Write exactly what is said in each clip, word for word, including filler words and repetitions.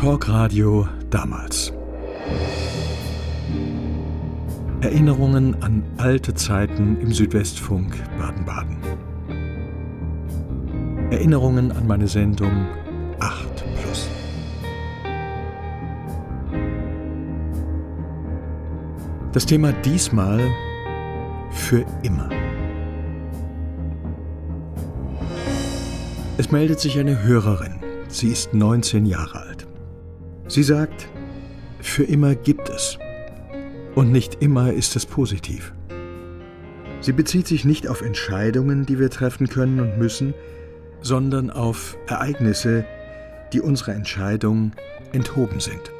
Talkradio damals. Erinnerungen an alte Zeiten im Südwestfunk Baden-Baden. Erinnerungen an meine Sendung acht plus. Das Thema diesmal: für immer. Es meldet sich eine Hörerin. Sie ist neunzehn Jahre alt. Sie sagt, für immer gibt es. Und nicht immer ist es positiv. Sie bezieht sich nicht auf Entscheidungen, die wir treffen können und müssen, sondern auf Ereignisse, die unserer Entscheidung enthoben sind.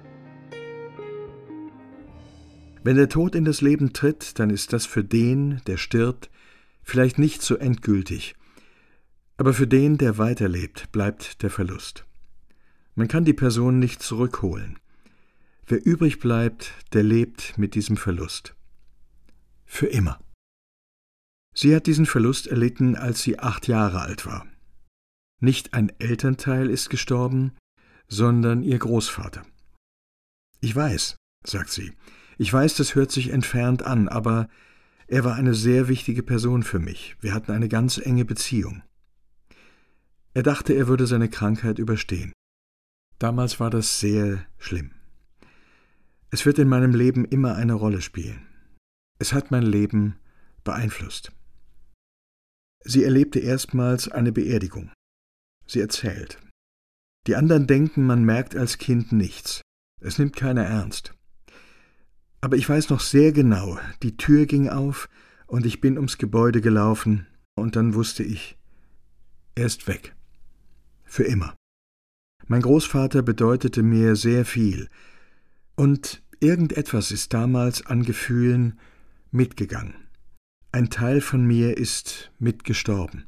Wenn der Tod in das Leben tritt, dann ist das für den, der stirbt, vielleicht nicht so endgültig. Aber für den, der weiterlebt, bleibt der Verlust. Man kann die Person nicht zurückholen. Wer übrig bleibt, der lebt mit diesem Verlust. Für immer. Sie hat diesen Verlust erlitten, als sie acht Jahre alt war. Nicht ein Elternteil ist gestorben, sondern ihr Großvater. Ich weiß, sagt sie, ich weiß, das hört sich entfernt an, aber er war eine sehr wichtige Person für mich. Wir hatten eine ganz enge Beziehung. Er dachte, er würde seine Krankheit überstehen. Damals war das sehr schlimm. Es wird in meinem Leben immer eine Rolle spielen. Es hat mein Leben beeinflusst. Sie erlebte erstmals eine Beerdigung. Sie erzählt. Die anderen denken, man merkt als Kind nichts. Es nimmt keiner ernst. Aber ich weiß noch sehr genau, die Tür ging auf und ich bin ums Gebäude gelaufen und dann wusste ich, er ist weg. Für immer. Mein Großvater bedeutete mir sehr viel und irgendetwas ist damals an Gefühlen mitgegangen. Ein Teil von mir ist mitgestorben.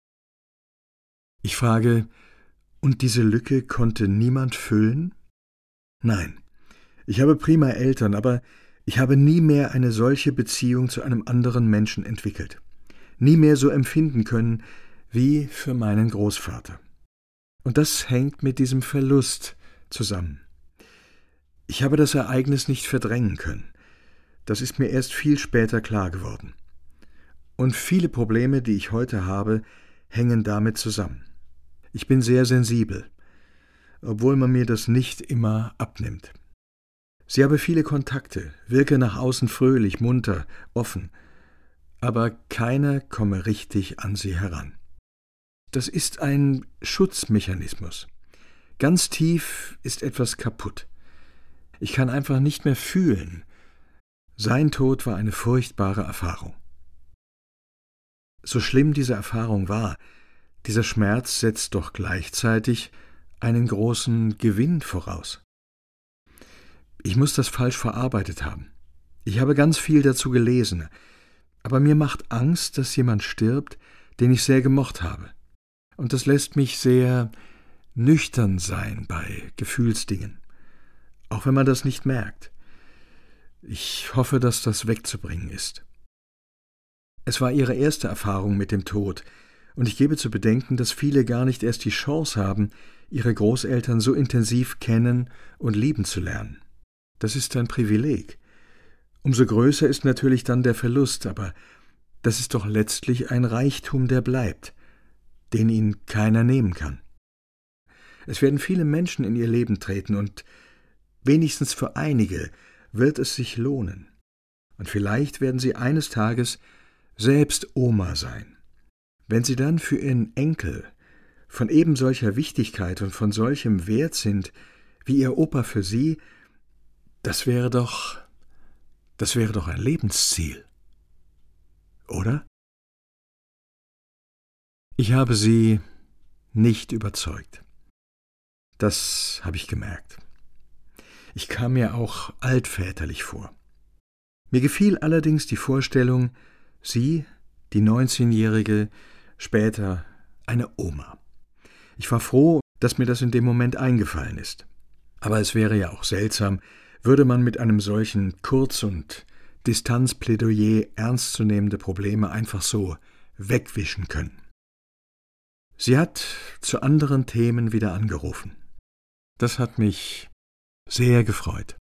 Ich frage, und diese Lücke konnte niemand füllen? Nein, ich habe prima Eltern, aber ich habe nie mehr eine solche Beziehung zu einem anderen Menschen entwickelt. Nie mehr so empfinden können wie für meinen Großvater. Und das hängt mit diesem Verlust zusammen. Ich habe das Ereignis nicht verdrängen können. Das ist mir erst viel später klar geworden. Und viele Probleme, die ich heute habe, hängen damit zusammen. Ich bin sehr sensibel, obwohl man mir das nicht immer abnimmt. Sie habe viele Kontakte, wirke nach außen fröhlich, munter, offen, aber keiner komme richtig an sie heran. Das ist ein Schutzmechanismus. Ganz tief ist etwas kaputt. Ich kann einfach nicht mehr fühlen. Sein Tod war eine furchtbare Erfahrung. So schlimm diese Erfahrung war, dieser Schmerz setzt doch gleichzeitig einen großen Gewinn voraus. Ich muss das falsch verarbeitet haben. Ich habe ganz viel dazu gelesen, aber mir macht Angst, dass jemand stirbt, den ich sehr gemocht habe. Und das lässt mich sehr nüchtern sein bei Gefühlsdingen, auch wenn man das nicht merkt. Ich hoffe, dass das wegzubringen ist. Es war ihre erste Erfahrung mit dem Tod, und ich gebe zu bedenken, dass viele gar nicht erst die Chance haben, ihre Großeltern so intensiv kennen und lieben zu lernen. Das ist ein Privileg. Umso größer ist natürlich dann der Verlust, aber das ist doch letztlich ein Reichtum, der bleibt, den ihnen keiner nehmen kann. Es werden viele Menschen in ihr Leben treten und wenigstens für einige wird es sich lohnen. Und vielleicht werden sie eines Tages selbst Oma sein. Wenn sie dann für ihren Enkel von eben solcher Wichtigkeit und von solchem Wert sind, wie ihr Opa für sie, das wäre doch, das wäre doch ein Lebensziel. Oder? Ich habe sie nicht überzeugt. Das habe ich gemerkt. Ich kam mir auch altväterlich vor. Mir gefiel allerdings die Vorstellung, sie, die neunzehnjährige, später eine Oma. Ich war froh, dass mir das in dem Moment eingefallen ist. Aber es wäre ja auch seltsam, würde man mit einem solchen Kurz- und Distanzplädoyer ernstzunehmende Probleme einfach so wegwischen können. Sie hat zu anderen Themen wieder angerufen. Das hat mich sehr gefreut.